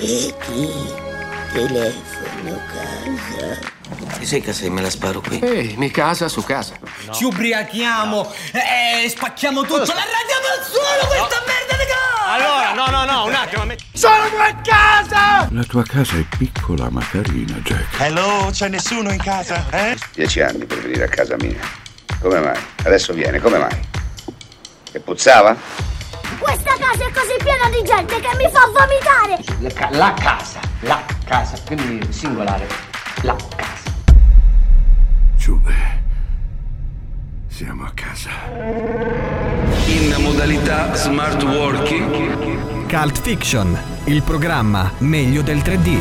Chi? Telefono, casa. Ti sei casa e me la sparo qui? Ehi, mi casa su casa. No. Ci ubriachiamo e spacchiamo tutto. La radiamo al suolo questa merda di casa! Allora, no, un attimo. Sono a casa! La tua casa è piccola ma carina, Jack. Hello, c'è nessuno in casa, eh? 10 anni per venire a casa mia. Come mai? Adesso viene, come mai? Che puzzava? Questa casa è così piena di gente che mi fa vomitare! La casa, quindi singolare. La casa. Giube, siamo a casa. In modalità smart working. Cult Fiction, il programma meglio del 3D.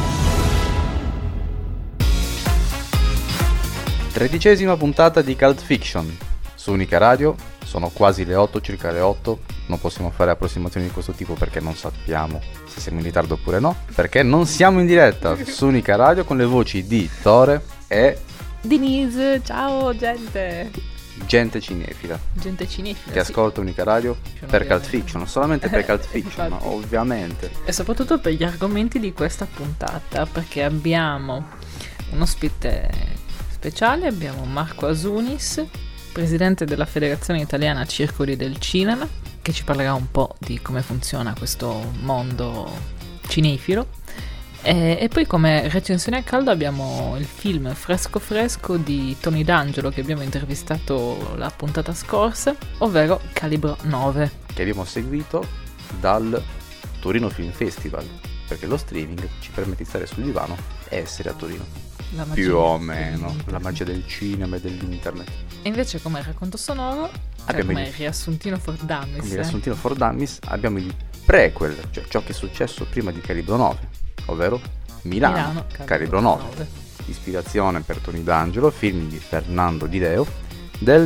13ª puntata di Cult Fiction su Unica Radio. Sono quasi le 8, circa le 8. Non possiamo fare approssimazioni di questo tipo perché non sappiamo se siamo in ritardo oppure no. Perché non siamo in diretta su Unica Radio con le voci di Tore e Denise. Ciao gente cinefila che ascolta Unica Radio per Cult Fiction, solamente per Cult Fiction, ma ovviamente. E soprattutto per gli argomenti di questa puntata, perché abbiamo un ospite speciale, abbiamo Marco Asunis, presidente della Federazione Italiana Circoli del Cinema, che ci parlerà un po' di come funziona questo mondo cinefilo. E poi come recensione a caldo abbiamo il film Fresco di Tony D'Angelo, che abbiamo intervistato la puntata scorsa, ovvero Calibro 9, che abbiamo seguito dal Torino Film Festival, perché lo streaming ci permette di stare sul divano e essere a Torino. Più o meno, la magia del cinema e dell'internet. E invece come racconto sonoro, come riassuntino for Dummies. Come riassuntino for Dummies abbiamo il prequel, cioè ciò che è successo prima di Calibro 9, ovvero Milano Calibro 9. Ispirazione per Tony D'Angelo, film di Fernando Di Leo del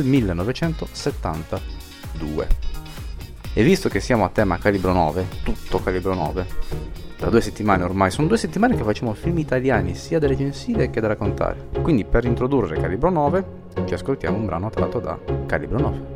1972. E visto che siamo a tema Calibro 9, tutto Calibro 9, da 2 settimane ormai, sono 2 settimane che facciamo film italiani sia da recensire che da raccontare. Quindi per introdurre Calibro 9 ci ascoltiamo un brano tratto da Calibro 9.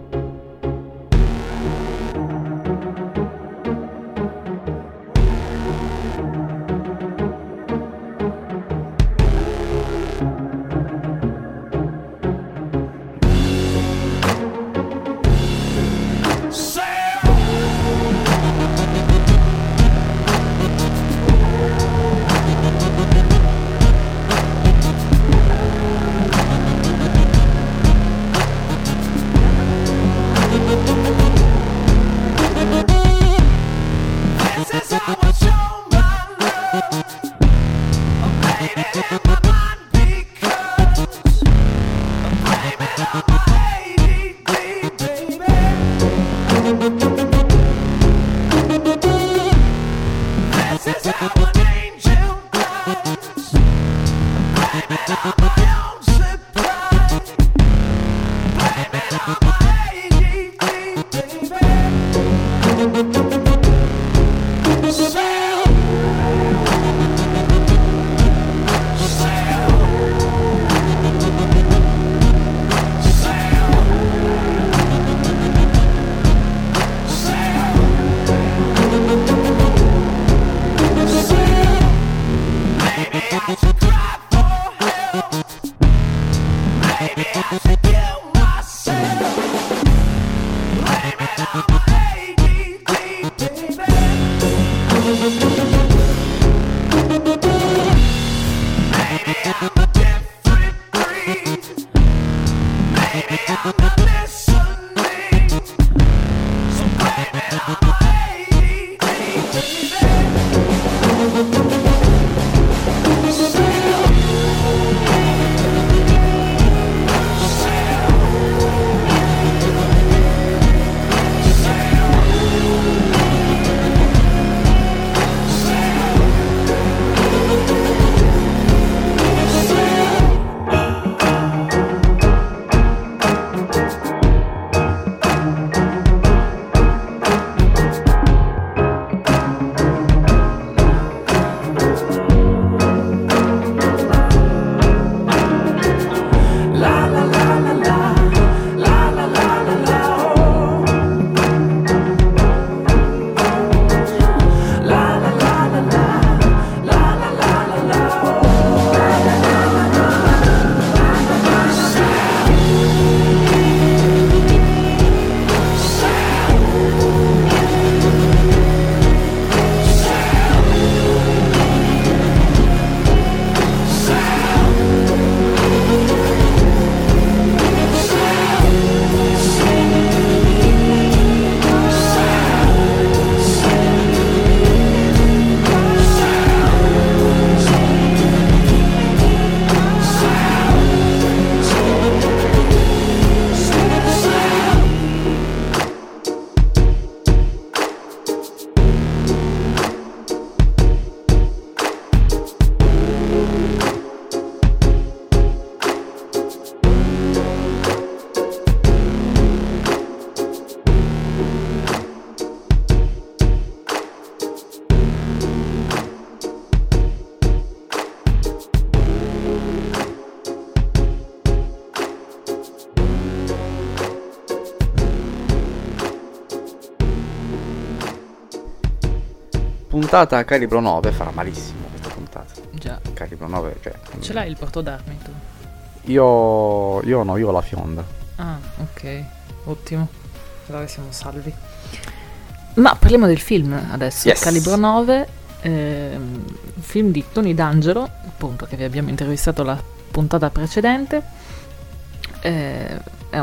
puntata calibro 9 farà malissimo questa puntata. Già. Calibro 9, cioè... Ce l'hai il porto d'armi tu? Io ho la fionda. Ah, ok. Ottimo. Allora siamo salvi. Ma parliamo del film adesso. Yes. Calibro 9, film di Tony D'Angelo, appunto, che vi abbiamo intervistato la puntata precedente. È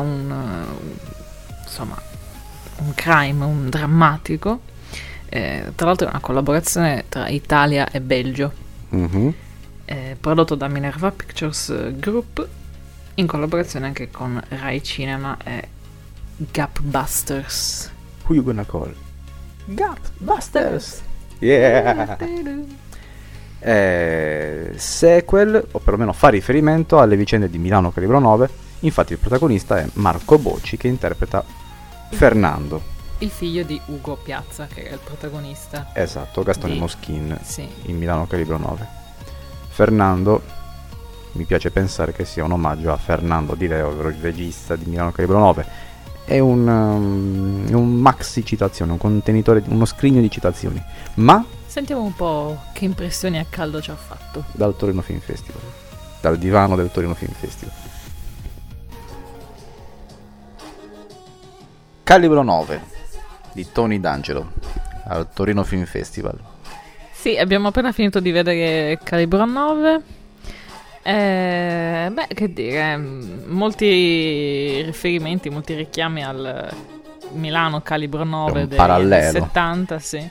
insomma un crime, un drammatico. Tra l'altro è una collaborazione tra Italia e Belgio. Mm-hmm. Prodotto da Minerva Pictures Group in collaborazione anche con Rai Cinema e Gapbusters. Who you gonna call? Gapbusters. Yeah. Sequel, o perlomeno fa riferimento alle vicende di Milano Calibro 9. Infatti il protagonista è Marco Bocci, che interpreta Fernando, il figlio di Ugo Piazza, che è il protagonista. Esatto, Gastone Moschin, sì, in Milano Calibro 9. Fernando, mi piace pensare che sia un omaggio a Fernando Di Leo, ovvero il regista di Milano Calibro 9. È un maxi citazione, un contenitore, uno scrigno di citazioni. Ma sentiamo un po' che impressioni a caldo ci ha fatto dal Torino Film Festival, dal divano del Torino Film Festival. Calibro 9 di Tony D'Angelo al Torino Film Festival. Sì, abbiamo appena finito di vedere Calibro 9. Beh, che dire, molti riferimenti, molti richiami al Milano Calibro 9 degli anni 70, sì.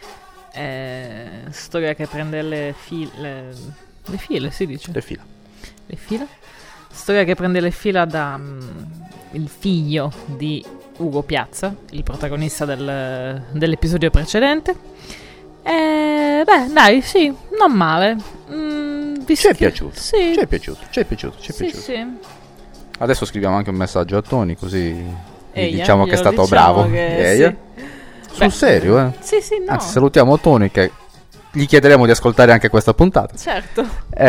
Storia che prende le file, si dice? Le fila. Storia che prende le fila da il figlio di Ugo Piazza, il protagonista dell'episodio precedente. Beh, dai, sì, non male. Ci è piaciuto? Sì. Ci è piaciuto. Sì. Adesso scriviamo anche un messaggio a Tony, così gli diciamo che è glielo stato diciamo bravo. che sì. Sul serio, eh? Sì, no. Anzi, salutiamo Tony, che gli chiederemo di ascoltare anche questa puntata. Certo.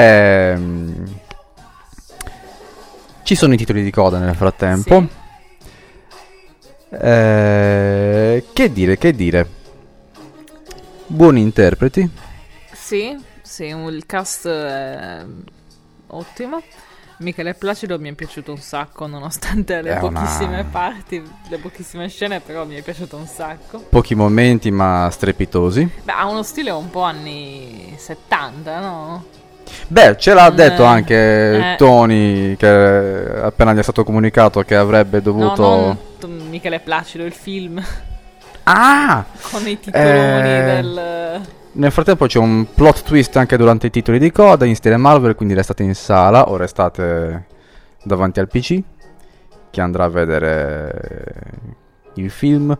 Ci sono i titoli di coda nel frattempo. Sì. Che dire? Buoni interpreti. Sì, il cast è ottimo. Michele Placido mi è piaciuto un sacco, nonostante le pochissime parti, le pochissime scene, però mi è piaciuto un sacco. Pochi momenti, ma strepitosi. Beh, ha uno stile un po' anni 70, no? Beh, ce l'ha detto anche Tony, che appena gli è stato comunicato che avrebbe dovuto... No, non Michele Placido, il film. Ah! Con i titoloni del... Nel frattempo c'è un plot twist anche durante i titoli di coda in stile Marvel, quindi restate in sala o restate davanti al PC, chi andrà a vedere il film.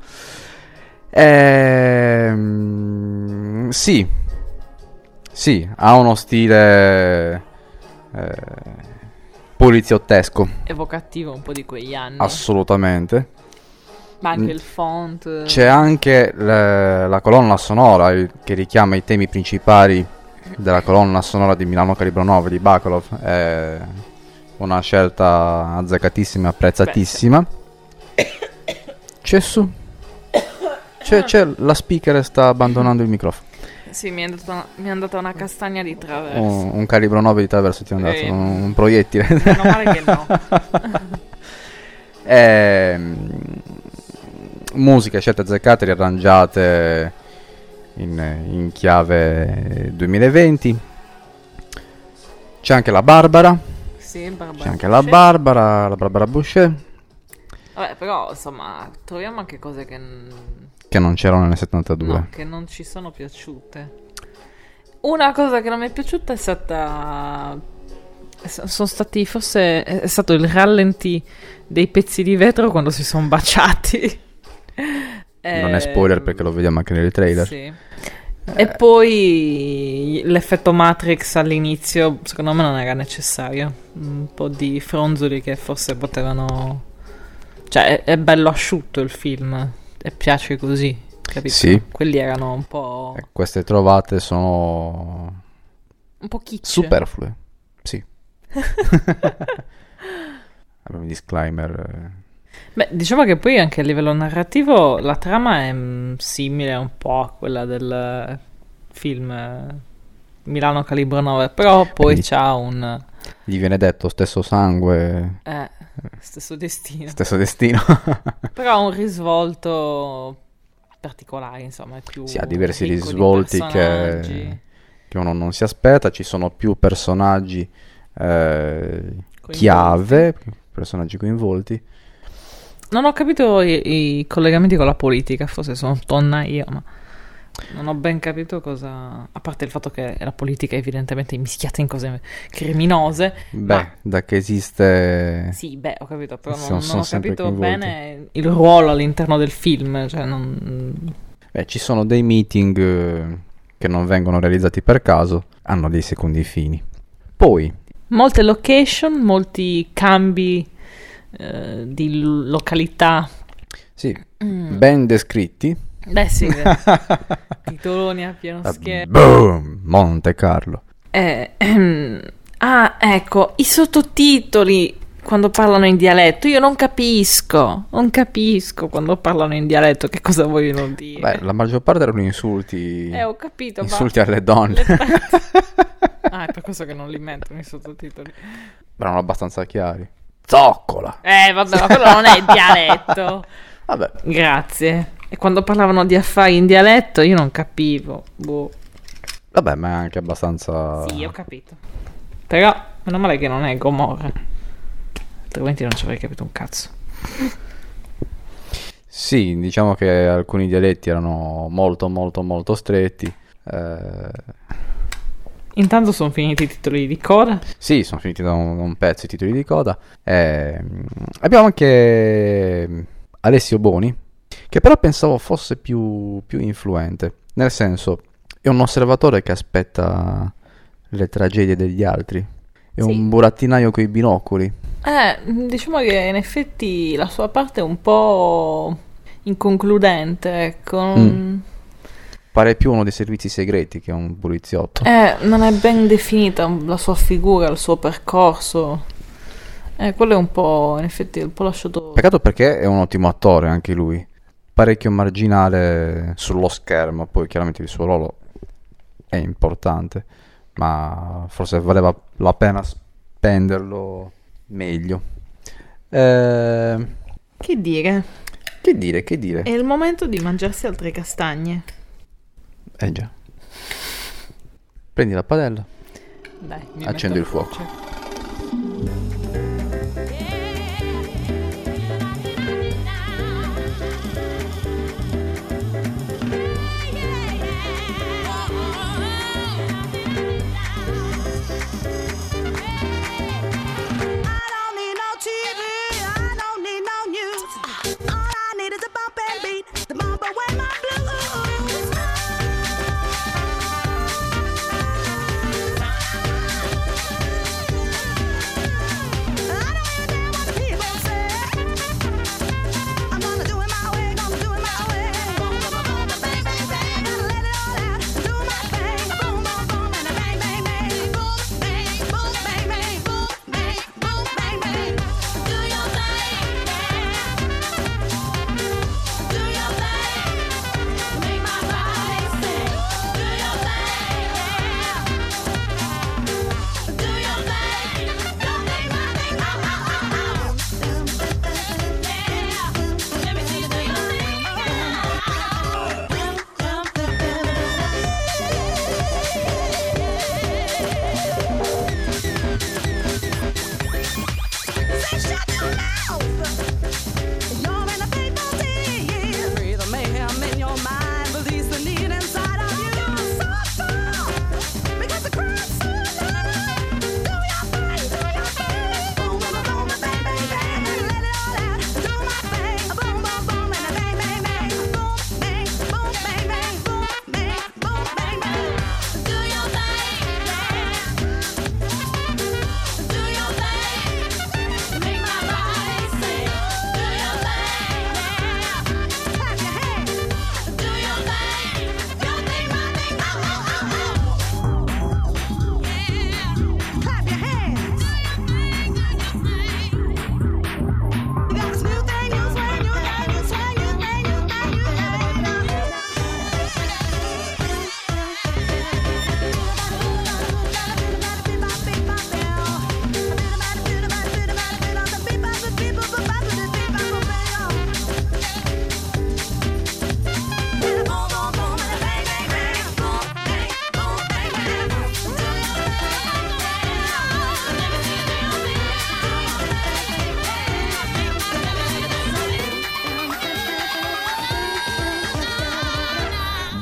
Sì, ha uno stile poliziottesco, evocativo un po' di quegli anni. Assolutamente. Ma anche il font. C'è anche la colonna sonora che richiama i temi principali della colonna sonora di Milano Calibro 9 di Bacalov. È una scelta azzeccatissima, apprezzatissima. C'è la speaker sta abbandonando il microfono. Sì, mi è andata una castagna di traverso. Un calibro 9 di traverso ti è andato, un proiettile. Meno male che no. Musiche scelte azzeccate, riarrangiate in chiave 2020. C'è anche la Barbara. Sì, Barbara. C'è anche la Barbara Boucher. Vabbè, però insomma, troviamo anche cose che non c'erano nel 72. No, che non ci sono piaciute. Una cosa che non mi è piaciuta è stata... è stato il rallenti dei pezzi di vetro quando si sono baciati. Non è spoiler perché lo vediamo anche nel trailer. Sì. E poi l'effetto Matrix all'inizio secondo me non era necessario. Un po' di fronzoli che forse potevano... Cioè è bello asciutto il film e piace così, capito? Sì. Quelli erano un po'... queste trovate sono... un po' kitsch. Superflue. Sì. Abbiamo un disclaimer. Beh, diciamo che poi anche a livello narrativo la trama è simile un po' a quella film Milano Calibro 9, però poi c'ha un... Gli viene detto stesso sangue... stesso destino. Stesso destino. Però ha un risvolto particolare, insomma, è più... Sì, ha diversi ricco di risvolti personaggi. che uno non si aspetta, ci sono più personaggi chiave, personaggi coinvolti. Non ho capito i collegamenti con la politica, forse sono tonna io, ma non ho ben capito cosa... A parte il fatto che la politica è evidentemente mischiata in cose criminose. Beh, ma... da che esiste... Sì, beh, ho capito, però sono non ho sempre capito coinvolti. bene il ruolo all'interno del film, cioè non... Beh, ci sono dei meeting che non vengono realizzati per caso, hanno dei secondi fini. Poi... Molte location, molti cambi di località. Sì, ben descritti. Beh sì, titoloni a pieno schermo. Boom! Monte Carlo. Ecco, i sottotitoli quando parlano in dialetto, io non capisco quando parlano in dialetto che cosa vogliono dire. Beh, la maggior parte erano insulti. Ho capito, insulti alle donne. È per questo che non li mettono i sottotitoli. Erano abbastanza chiari. Zoccola. Vabbè, ma quello non è il dialetto. Vabbè. Grazie. E quando parlavano di affari in dialetto io non capivo. Boh. Vabbè, ma è anche abbastanza... Sì, ho capito. Però, meno male che non è Gomorra. Altrimenti non ci avrei capito un cazzo. Sì, diciamo che alcuni dialetti erano molto molto molto stretti. Intanto sono finiti i titoli di coda. Sì, sono finiti da un pezzo i titoli di coda. Abbiamo anche Alessio Boni, che però pensavo fosse più influente. Nel senso, è un osservatore che aspetta le tragedie degli altri. È un burattinaio coi binocoli. Diciamo che in effetti la sua parte è un po' inconcludente, ecco. Pare più uno dei servizi segreti che un poliziotto. Non è ben definita la sua figura, il suo percorso. Quello è un po', in effetti, un po' lasciato... Peccato perché è un ottimo attore anche lui. Parecchio marginale sullo schermo, poi chiaramente il suo ruolo è importante, ma forse valeva la pena spenderlo meglio. Che dire? Che dire? È il momento di mangiarsi altre castagne. Già. Prendi la padella. Dai, accendi il fuoco.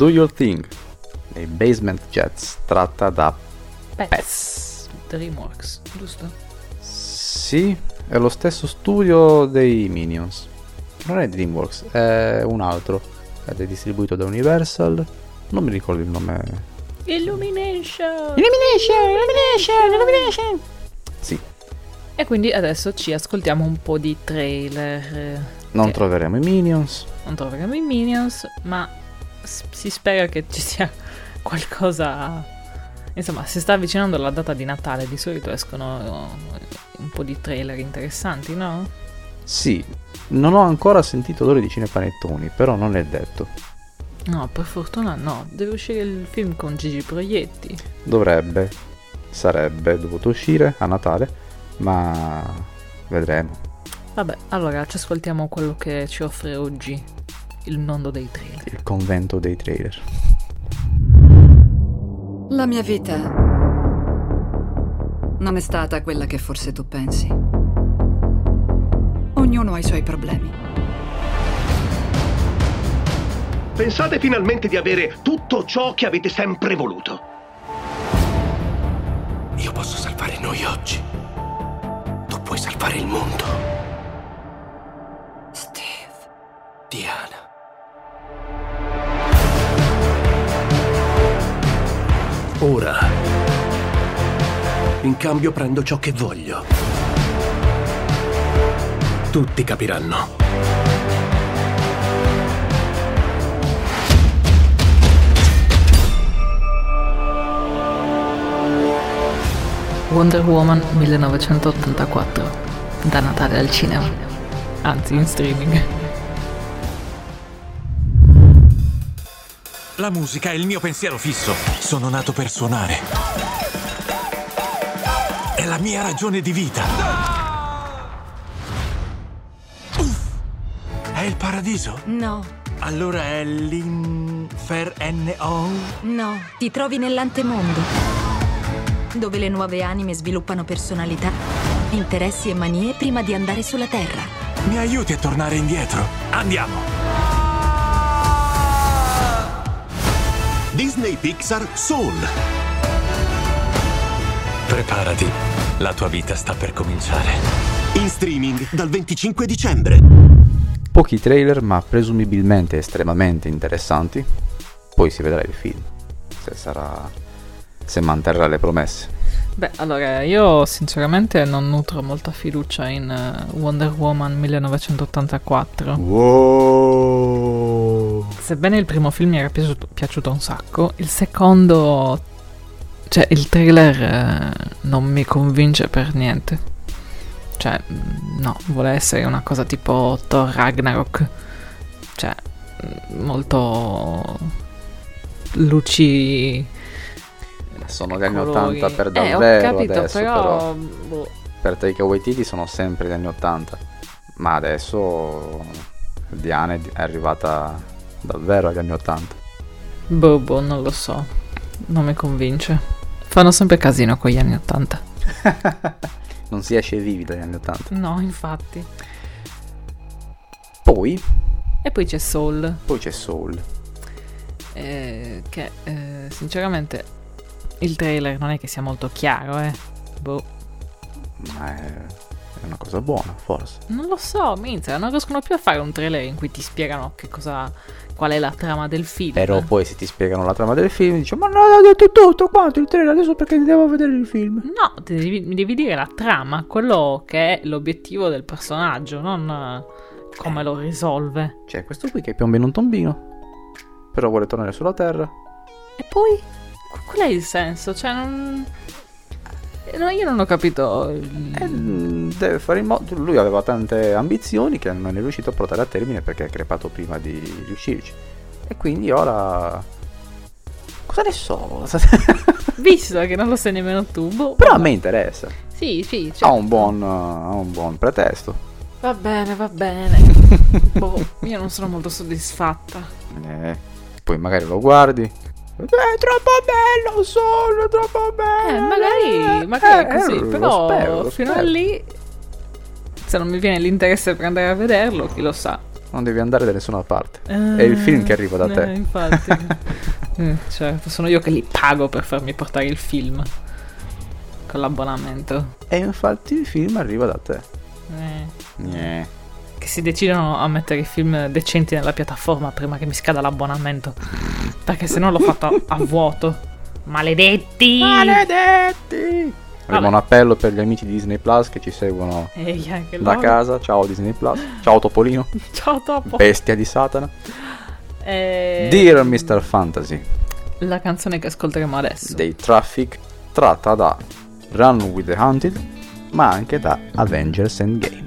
Do Your Thing dei Basement Jets, tratta da Pets. DreamWorks, giusto? Sì, è lo stesso studio dei Minions. Non è DreamWorks, è un altro. Ed è distribuito da Universal. Non mi ricordo il nome. Illumination. Sì. E quindi adesso ci ascoltiamo un po' di trailer. Non troveremo i Minions. Non troveremo i Minions, ma si spera che ci sia qualcosa. Insomma, si sta avvicinando la data di Natale, di solito escono un po' di trailer interessanti, no? Sì, non ho ancora sentito odore di cinepanettoni, però non è detto. No, per fortuna no, deve uscire il film con Gigi Proietti. Sarebbe dovuto uscire a Natale, ma vedremo. Vabbè, allora ci ascoltiamo quello che ci offre oggi il mondo dei trailer. Il convento dei trailer. La mia vita non è stata quella che forse tu pensi. Ognuno ha i suoi problemi. Pensate finalmente di avere tutto ciò che avete sempre voluto. Io posso salvare noi oggi. Tu puoi salvare il mondo. Steve. Diana. Ora, in cambio prendo ciò che voglio. Tutti capiranno. Wonder Woman 1984, da Natale al cinema, anzi in streaming. La musica è il mio pensiero fisso. Sono nato per suonare. È la mia ragione di vita. È il paradiso? No. Allora è l'Inferno? No, ti trovi nell'antemondo, dove le nuove anime sviluppano personalità, interessi e manie prima di andare sulla Terra. Mi aiuti a tornare indietro? Andiamo! Disney Pixar Soul. Preparati, la tua vita sta per cominciare. In streaming dal 25 dicembre. Pochi trailer, ma presumibilmente estremamente interessanti. Poi si vedrà il film, se manterrà le promesse. Beh, allora, io sinceramente non nutro molta fiducia in Wonder Woman 1984. Wow. Sebbene il primo film mi era piaciuto un sacco, il secondo, cioè il trailer non mi convince per niente. Cioè, no, vuole essere una cosa tipo Thor Ragnarok. Cioè, molto luci. Sono gli anni colori. 80 per davvero, ho capito, adesso però per Taika Waititi sono sempre gli anni 80, ma adesso Diana è arrivata davvero agli anni 80. Boh, non lo so, non mi convince. Fanno sempre casino con gli anni 80. Non si esce vivi dagli anni 80. No, infatti. Poi c'è Soul. Che sinceramente il trailer non è che sia molto chiaro, boh. Ma è una cosa buona, forse. Non lo so, minchia, non riescono più a fare un trailer in cui ti spiegano qual è la trama del film. Però poi se ti spiegano la trama del film dici: ma no, ho detto tutto quanto il trailer, adesso perché devo vedere il film? No, mi devi dire la trama, quello che è l'obiettivo del personaggio, non come lo risolve. C'è questo qui che piomba in un tombino, però vuole tornare sulla Terra. E poi? Qual è il senso? Cioè io non ho capito. Deve fare in modo. Lui aveva tante ambizioni che non è riuscito a portare a termine perché è crepato prima di riuscirci. E quindi ora cosa ne so? Visto che non lo sai nemmeno tu. Però a me interessa. Sì, certo. Ha un buon pretesto. Va bene. Io non sono molto soddisfatta. Poi magari lo guardi. È troppo bello, sono troppo bello. Magari è così. Però lo fino spero. a lì, se non mi viene l'interesse per andare a vederlo, chi lo sa. non devi andare da nessuna parte. È il film che arriva da te. Infatti. Certo, sono io che li pago per farmi portare il film con l'abbonamento. E infatti il film arriva da te. Che si decidono a mettere i film decenti nella piattaforma prima che mi scada l'abbonamento, perché se no l'ho fatto a vuoto. Maledetti! Abbiamo un appello per gli amici di Disney Plus che ci seguono da casa. Ciao Disney Plus. Ciao Topolino. Ciao Topo. Bestia di Satana. Dear Mr. Fantasy, la canzone che ascolteremo adesso dei Traffic, tratta da Run with the Hunted, ma anche da Avengers Endgame.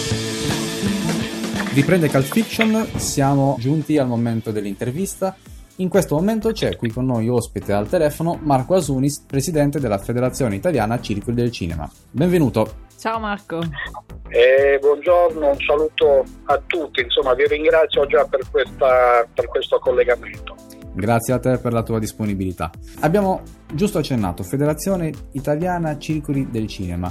Riprende Cult Fiction, siamo giunti al momento dell'intervista In questo momento c'è qui con noi ospite al telefono Marco Asunis, presidente della Federazione Italiana Circoli del Cinema. Benvenuto. Ciao Marco. Buongiorno, un saluto a tutti, insomma vi ringrazio già per questo collegamento. Grazie a te per la tua disponibilità. Abbiamo giusto accennato Federazione Italiana Circoli del Cinema,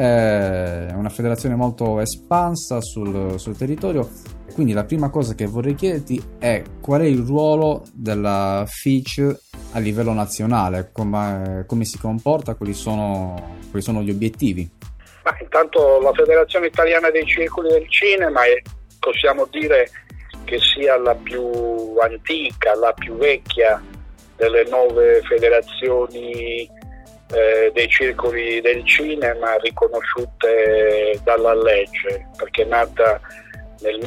è una federazione molto espansa sul territorio, quindi la prima cosa che vorrei chiederti è qual è il ruolo della FIC a livello nazionale, come si comporta, quali sono gli obiettivi. Intanto la Federazione Italiana dei Circoli del Cinema possiamo dire che sia la più antica, la più vecchia delle 9 federazioni dei circoli del cinema riconosciute dalla legge, perché è nata nel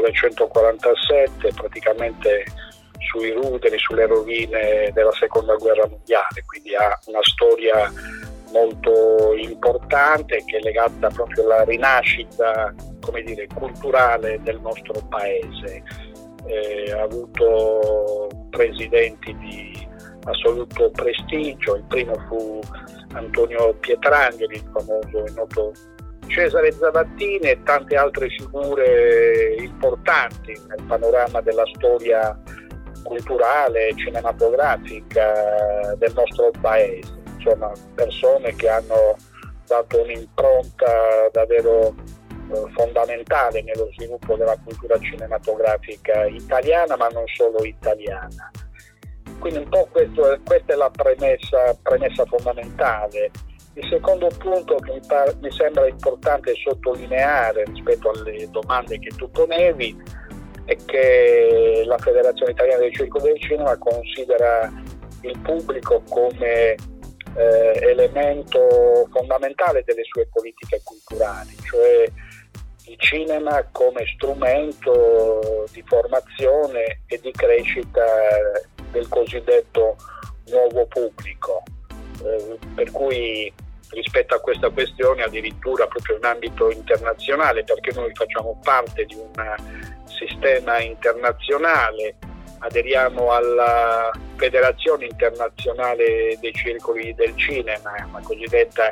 1947 praticamente sui ruderi, sulle rovine della Seconda Guerra Mondiale, quindi ha una storia molto importante che è legata proprio alla rinascita, come dire, culturale del nostro paese. Ha avuto presidenti di assoluto prestigio, il primo fu Antonio Pietrangeli, il famoso e noto Cesare Zavattini e tante altre figure importanti nel panorama della storia culturale e cinematografica del nostro paese. Insomma, persone che hanno dato un'impronta davvero fondamentale nello sviluppo della cultura cinematografica italiana, ma non solo italiana. Quindi un po' questa è la premessa fondamentale. Il secondo punto che mi sembra importante sottolineare rispetto alle domande che tu ponevi è che la Federazione Italiana dei Circoli del Cinema considera il pubblico come elemento fondamentale delle sue politiche culturali, cioè il cinema come strumento di formazione e di crescita del cosiddetto nuovo pubblico, per cui rispetto a questa questione addirittura proprio in ambito internazionale, perché noi facciamo parte di un sistema internazionale, aderiamo alla Federazione Internazionale dei Circoli del Cinema, la cosiddetta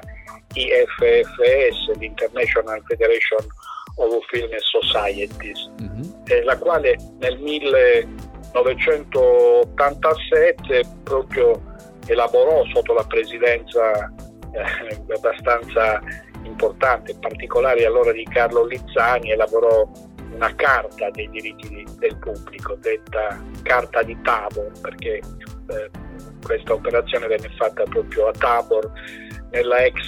IFFS, l'International Federation of Film Societies, la quale nel 1987 proprio elaborò sotto la presidenza abbastanza importante, particolare allora di Carlo Lizzani, elaborò una carta dei diritti del pubblico, detta carta di Tabor, perché questa operazione venne fatta proprio a Tabor, nella ex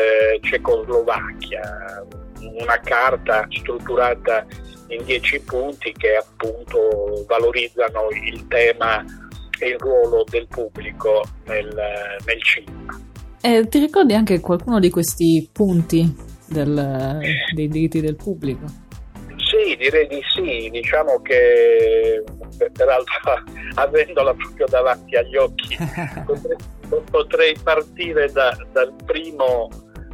Cecoslovacchia, una carta strutturata in 10 punti che appunto valorizzano il tema e il ruolo del pubblico nel cinema. Ti ricordi anche qualcuno di questi punti dei diritti del pubblico? Sì, direi di sì, diciamo che peraltro avendola proprio davanti agli occhi potrei partire dal primo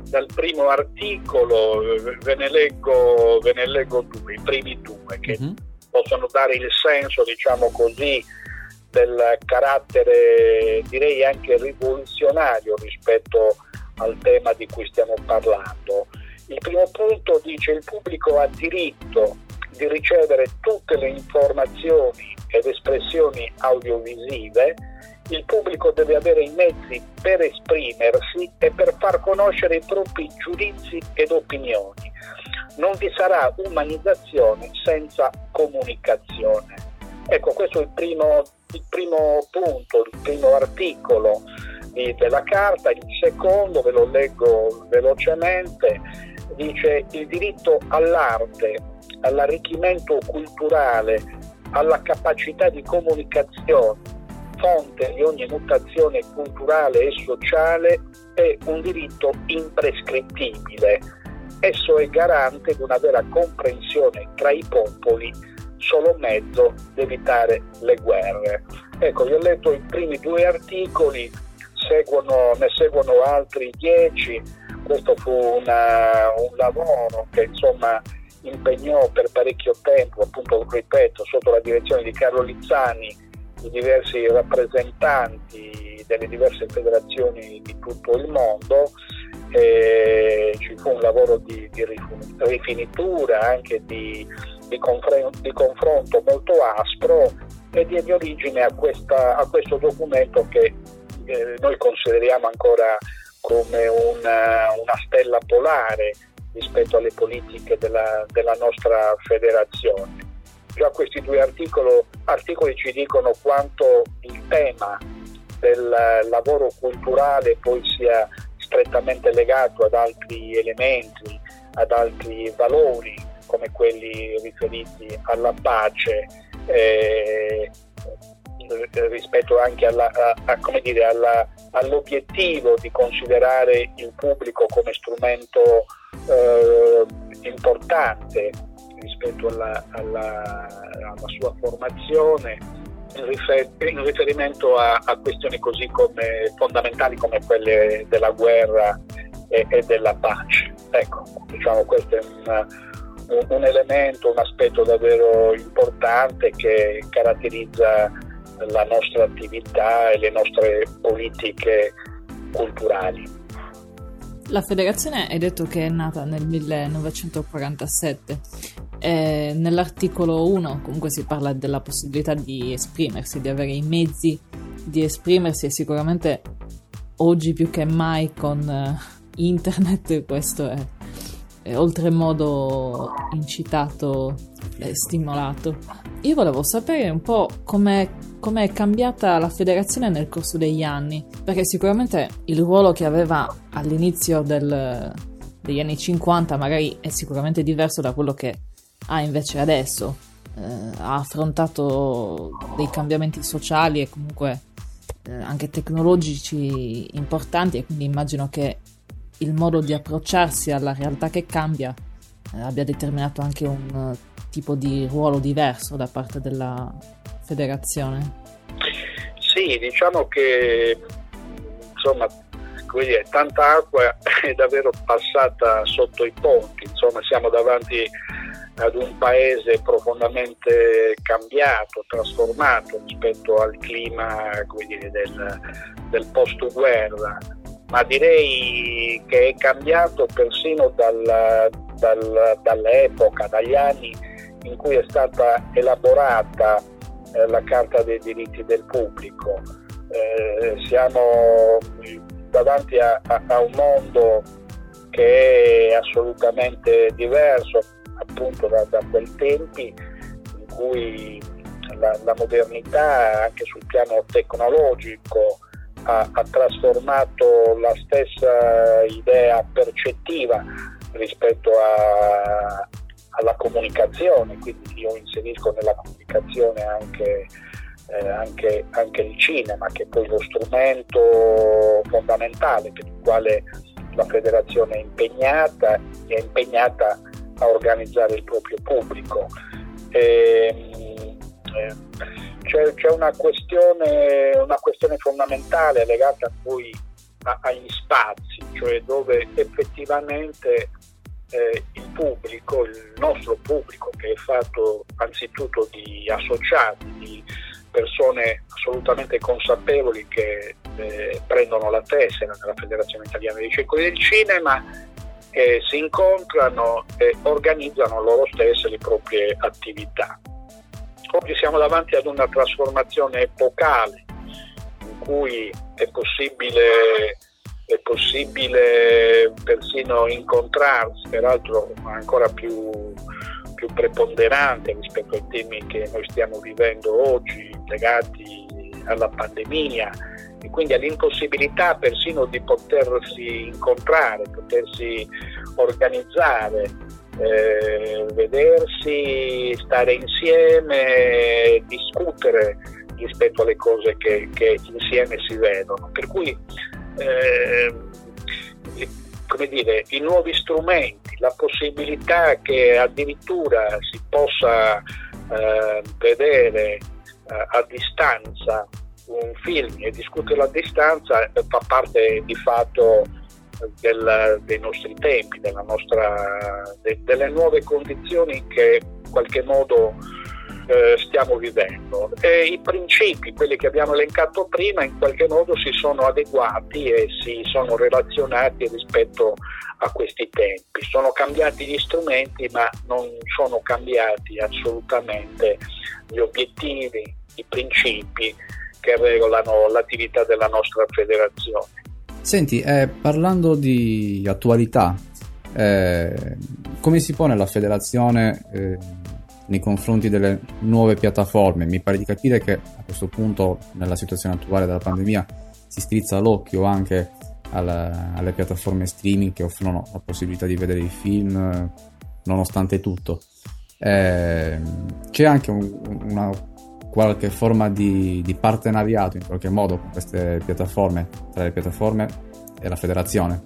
articolo, ve ne leggo due, i primi due che possono dare il senso, diciamo così, del carattere direi anche rivoluzionario rispetto al tema di cui stiamo parlando. Il primo punto dice: il pubblico ha diritto di ricevere tutte le informazioni ed espressioni audiovisive, il pubblico deve avere i mezzi per esprimersi e per far conoscere i propri giudizi ed opinioni. Non vi sarà umanizzazione senza comunicazione. Ecco, questo è il primo punto, il primo articolo della carta. Il secondo, ve lo leggo velocemente, dice: il diritto all'arte, all'arricchimento culturale, alla capacità di comunicazione, fonte di ogni mutazione culturale e sociale, è un diritto imprescrittibile. Esso è garante di una vera comprensione tra i popoli, solo mezzo di evitare le guerre. Ecco, io ho letto i primi due articoli, ne seguono altri 10. Questo fu un lavoro che insomma impegnò per parecchio tempo, appunto ripeto, sotto la direzione di Carlo Lizzani, i diversi rappresentanti delle diverse federazioni di tutto il mondo. Ci fu un lavoro di rifinitura, anche di confronto molto aspro, e diede origine a questo documento che noi consideriamo ancora come una stella polare rispetto alle politiche della nostra federazione. Già questi due articoli ci dicono quanto il tema del lavoro culturale poi sia strettamente legato ad altri elementi, ad altri valori, come quelli riferiti alla pace, rispetto anche all'obiettivo di considerare il pubblico come strumento importante rispetto alla sua formazione, in riferimento a questioni così come fondamentali come quelle della guerra e della pace. Ecco, diciamo, questo è un elemento, un aspetto davvero importante che caratterizza la nostra attività e le nostre politiche culturali. La federazione hai detto che è nata nel 1947. Nell'articolo 1 comunque si parla della possibilità di esprimersi, di avere i mezzi di esprimersi, e sicuramente oggi più che mai con internet questo è oltremodo incitato e stimolato. Io volevo sapere un po' com'è cambiata la federazione nel corso degli anni, perché sicuramente il ruolo che aveva all'inizio degli anni 50 magari è sicuramente diverso da quello che ha invece adesso. Ha affrontato dei cambiamenti sociali e comunque anche tecnologici importanti, e quindi immagino che il modo di approcciarsi alla realtà che cambia abbia determinato anche un tipo di ruolo diverso da parte della federazione. Sì, diciamo che insomma, come dire, tanta acqua è davvero passata sotto i ponti. Insomma, siamo davanti ad un paese profondamente cambiato, trasformato rispetto al clima, come dire, del post-guerra, ma direi che è cambiato persino dall'epoca, dagli anni in cui è stata elaborata la Carta dei diritti del pubblico. Siamo davanti a un mondo che è assolutamente diverso appunto da quei tempi in cui la modernità anche sul piano tecnologico ha trasformato la stessa idea percettiva rispetto alla comunicazione, quindi io inserisco nella comunicazione anche il cinema, che è poi lo strumento fondamentale per il quale la federazione è impegnata a organizzare il proprio pubblico. C'è una questione fondamentale legata poi agli spazi, cioè dove effettivamente il pubblico, il nostro pubblico, che è fatto anzitutto di associati, di persone assolutamente consapevoli che prendono la tessera della Federazione Italiana dei Circoli del Cinema, si incontrano e organizzano loro stesse le proprie attività. Oggi siamo davanti ad una trasformazione epocale in cui è possibile persino incontrarsi, peraltro ancora più preponderante rispetto ai temi che noi stiamo vivendo oggi, legati alla pandemia, e quindi all'impossibilità persino di potersi incontrare, potersi organizzare, vedersi, stare insieme, discutere rispetto alle cose che insieme si vedono. Per cui come dire, i nuovi strumenti, la possibilità che addirittura si possa vedere a distanza un film e discuterlo a distanza fa parte di fatto dei nostri tempi, delle nuove condizioni che in qualche modo stiamo vivendo, e i principi, quelli che abbiamo elencato prima, in qualche modo si sono adeguati e si sono relazionati rispetto a questi tempi. Sono cambiati gli strumenti, ma non sono cambiati assolutamente gli obiettivi, i principi che regolano l'attività della nostra federazione. Senti, parlando di attualità, come si pone la federazione nei confronti delle nuove piattaforme? Mi pare di capire che a questo punto, nella situazione attuale della pandemia, si strizza l'occhio anche alle piattaforme streaming che offrono la possibilità di vedere i film nonostante tutto. C'è anche una qualche forma di partenariato in qualche modo con queste piattaforme, tra le piattaforme e la federazione?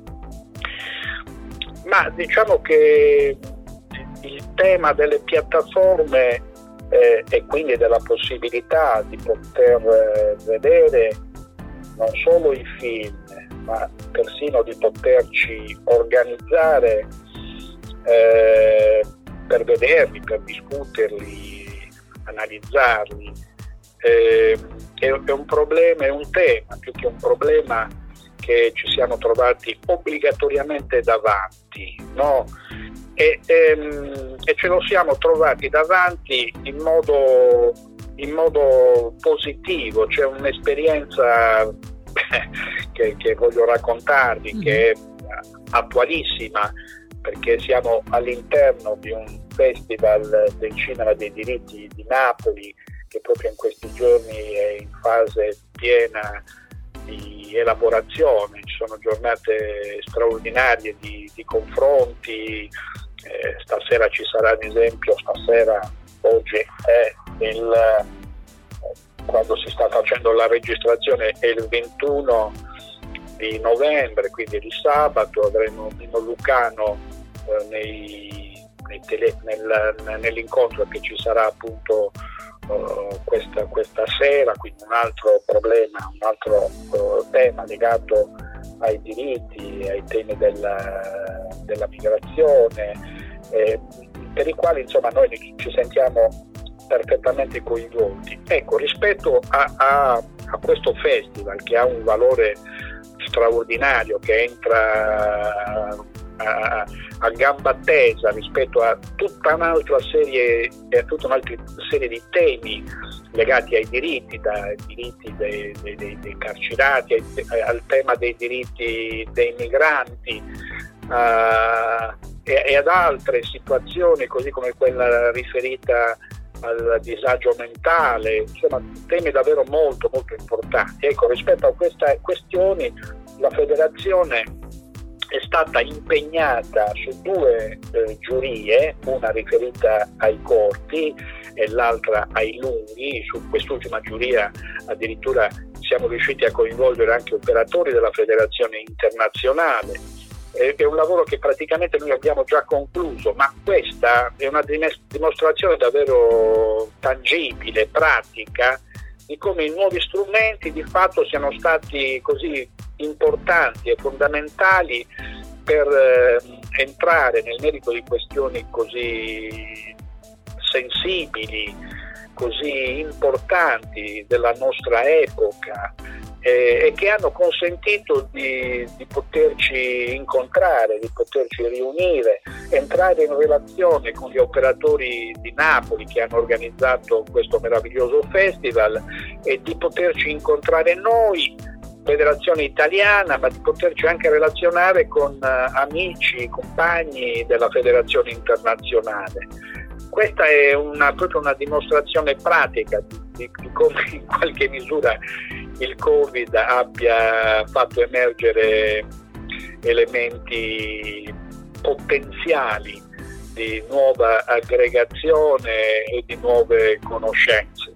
Ma diciamo che il tema delle piattaforme e quindi della possibilità di poter vedere non solo i film, ma persino di poterci organizzare per vederli, per discuterli, analizzarli, è un problema, è un tema, più che un problema, che ci siamo trovati obbligatoriamente davanti, no? E ce lo siamo trovati davanti in modo positivo. C'è un'esperienza che voglio raccontarvi, che è attualissima, perché siamo all'interno di un festival del cinema dei diritti di Napoli, che proprio in questi giorni è in fase piena di elaborazione. Ci sono giornate straordinarie di confronti. Stasera ci sarà, ad esempio, oggi è quando si sta facendo la registrazione, è il 21 di novembre, quindi il sabato avremo Nino Lucano nell'incontro che ci sarà appunto questa sera, quindi un altro problema, un altro tema legato ai diritti, ai temi della migrazione, per i quali insomma noi ci sentiamo perfettamente coinvolti. Ecco, rispetto a questo festival, che ha un valore straordinario, che entra a gamba tesa rispetto a tutta un'altra serie di temi legati ai diritti, dai diritti dei carcerati al tema dei diritti dei migranti, e ad altre situazioni, così come quella riferita al disagio mentale, insomma temi davvero molto molto importanti. Ecco, rispetto a queste questioni la federazione è stata impegnata su due giurie, una riferita ai corti e l'altra ai lunghi. Su quest'ultima giuria addirittura siamo riusciti a coinvolgere anche operatori della federazione internazionale. È un lavoro che praticamente noi abbiamo già concluso, ma questa è una dimostrazione davvero tangibile, pratica, di come i nuovi strumenti di fatto siano stati così importanti e fondamentali per entrare nel merito di questioni così sensibili, così importanti della nostra epoca, e che hanno consentito di poterci incontrare, di poterci riunire, entrare in relazione con gli operatori di Napoli che hanno organizzato questo meraviglioso festival, e di poterci incontrare noi, Federazione Italiana, ma di poterci anche relazionare con amici, compagni della Federazione Internazionale. Questa è proprio una dimostrazione pratica di come in qualche misura il Covid abbia fatto emergere elementi potenziali di nuova aggregazione e di nuove conoscenze.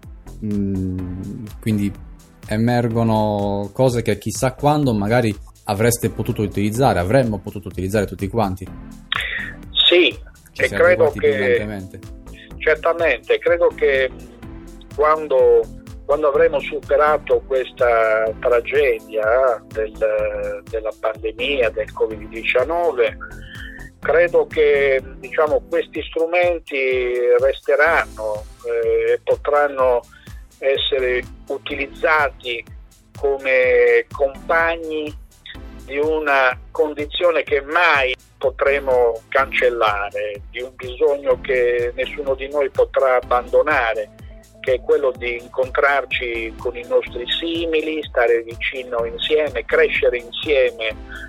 Quindi emergono cose che chissà quando magari avremmo potuto utilizzare tutti quanti. Sì, e credo che certamente, credo che quando avremo superato questa tragedia della pandemia del Covid-19, Credo che questi strumenti resteranno e potranno essere utilizzati come compagni di una condizione che mai potremo cancellare, di un bisogno che nessuno di noi potrà abbandonare, che è quello di incontrarci con i nostri simili, stare vicino insieme, crescere insieme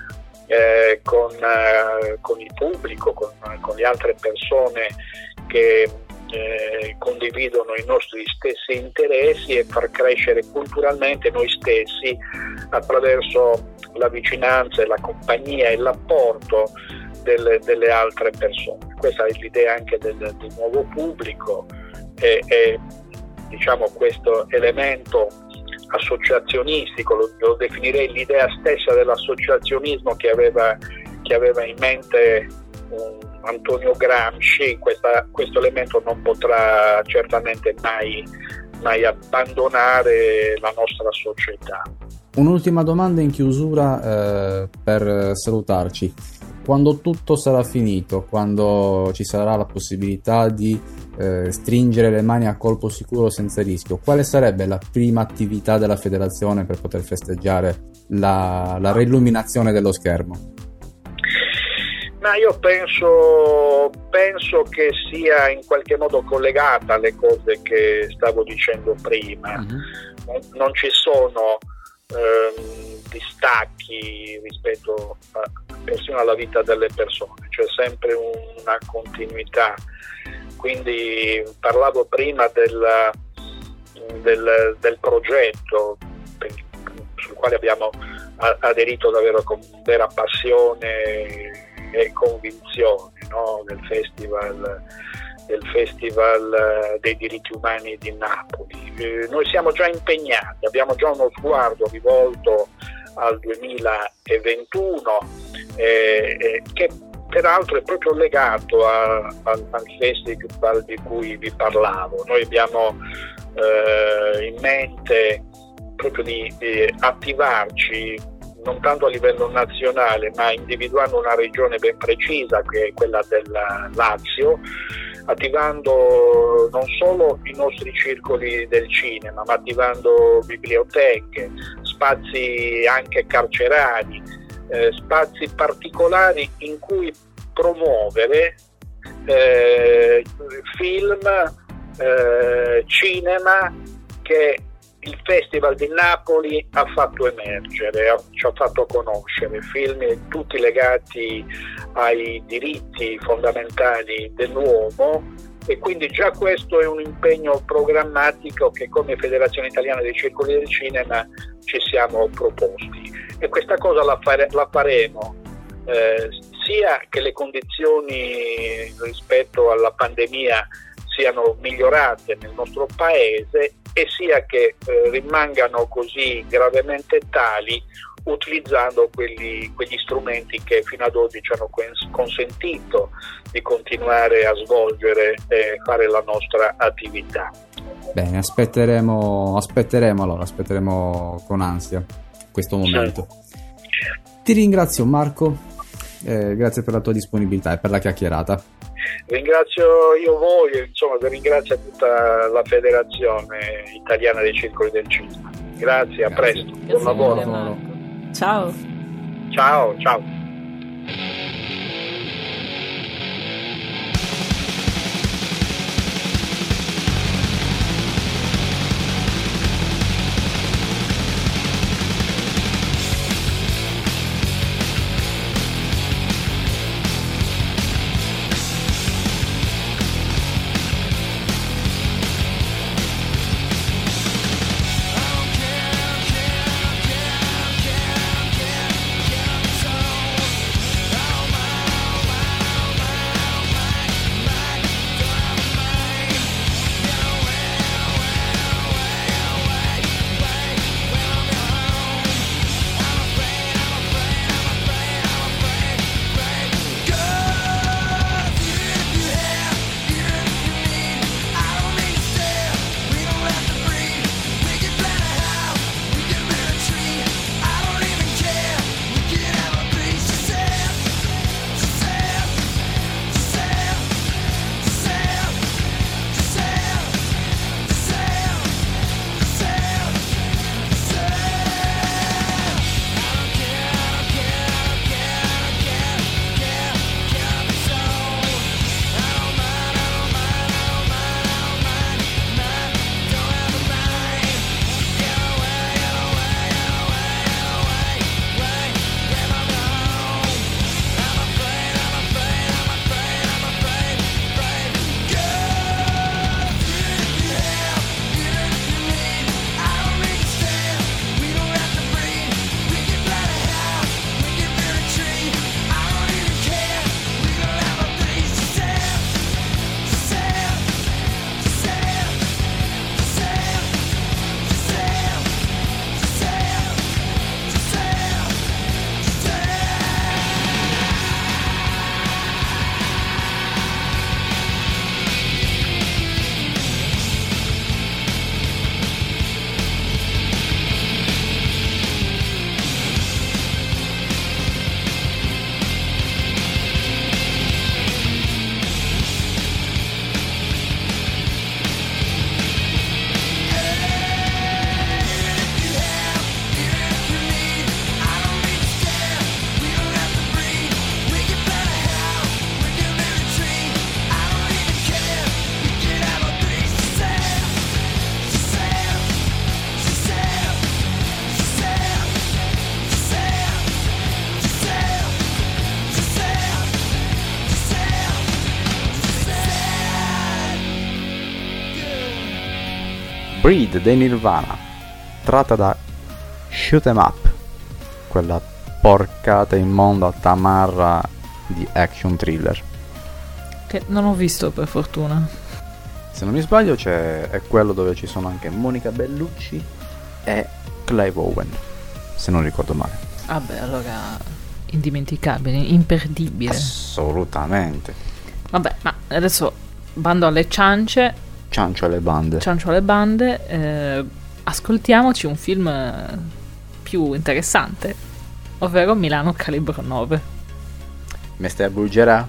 con il pubblico, con le altre persone che condividono i nostri stessi interessi e far crescere culturalmente noi stessi attraverso la vicinanza e la compagnia e l'apporto delle altre persone. Questa è l'idea anche del nuovo pubblico e questo elemento associazionistico, lo definirei l'idea stessa dell'associazionismo che aveva in mente Antonio Gramsci. Questo elemento non potrà certamente mai abbandonare la nostra società. Un'ultima domanda in chiusura per salutarci. Quando tutto sarà finito, quando ci sarà la possibilità di stringere le mani a colpo sicuro senza rischio, quale sarebbe la prima attività della federazione per poter festeggiare la reilluminazione dello schermo? Ma io penso che sia in qualche modo collegata alle cose che stavo dicendo prima. Non ci sono distacchi rispetto persino alla vita delle persone, c'è sempre una continuità. Quindi parlavo prima del progetto sul quale abbiamo aderito davvero con vera passione e convinzione, no? del Festival dei diritti umani di Napoli. Noi siamo già impegnati, abbiamo già uno sguardo rivolto al 2021 che peraltro è proprio legato al festival di cui vi parlavo. Noi abbiamo in mente proprio di attivarci non tanto a livello nazionale, ma individuando una regione ben precisa che è quella del Lazio, attivando non solo i nostri circoli del cinema, ma attivando biblioteche, spazi anche carcerari, spazi particolari in cui promuovere film, cinema che il Festival di Napoli ha fatto emergere, ci ha fatto conoscere, film tutti legati ai diritti fondamentali dell'uomo, e quindi già questo è un impegno programmatico che come Federazione Italiana dei Circoli del Cinema ci siamo proposti, e questa cosa la faremo sia che le condizioni rispetto alla pandemia siano migliorate nel nostro paese, e sia che rimangano così gravemente tali, utilizzando quegli strumenti che fino ad oggi ci hanno consentito di continuare a svolgere e fare la nostra attività. Bene, aspetteremo con ansia questo momento. Ti ringrazio Marco, grazie per la tua disponibilità e per la chiacchierata. Ringrazio io voi, insomma ringrazio tutta la Federazione Italiana dei Circoli del Cinema. Grazie, a presto, buon lavoro. Ciao. Ciao. Breed dei Nirvana, tratta da Shoot 'em Up, quella porcata immonda tamarra di action thriller. Che non ho visto, per fortuna. Se non mi sbaglio è quello dove ci sono anche Monica Bellucci e Clive Owen, se non ricordo male. Vabbè, allora indimenticabile, imperdibile. Assolutamente. Vabbè, ma adesso bando alle ciance. Ciancio alle bande. Ascoltiamoci un film più interessante, ovvero Milano Calibro 9. Me stai a bulgerà?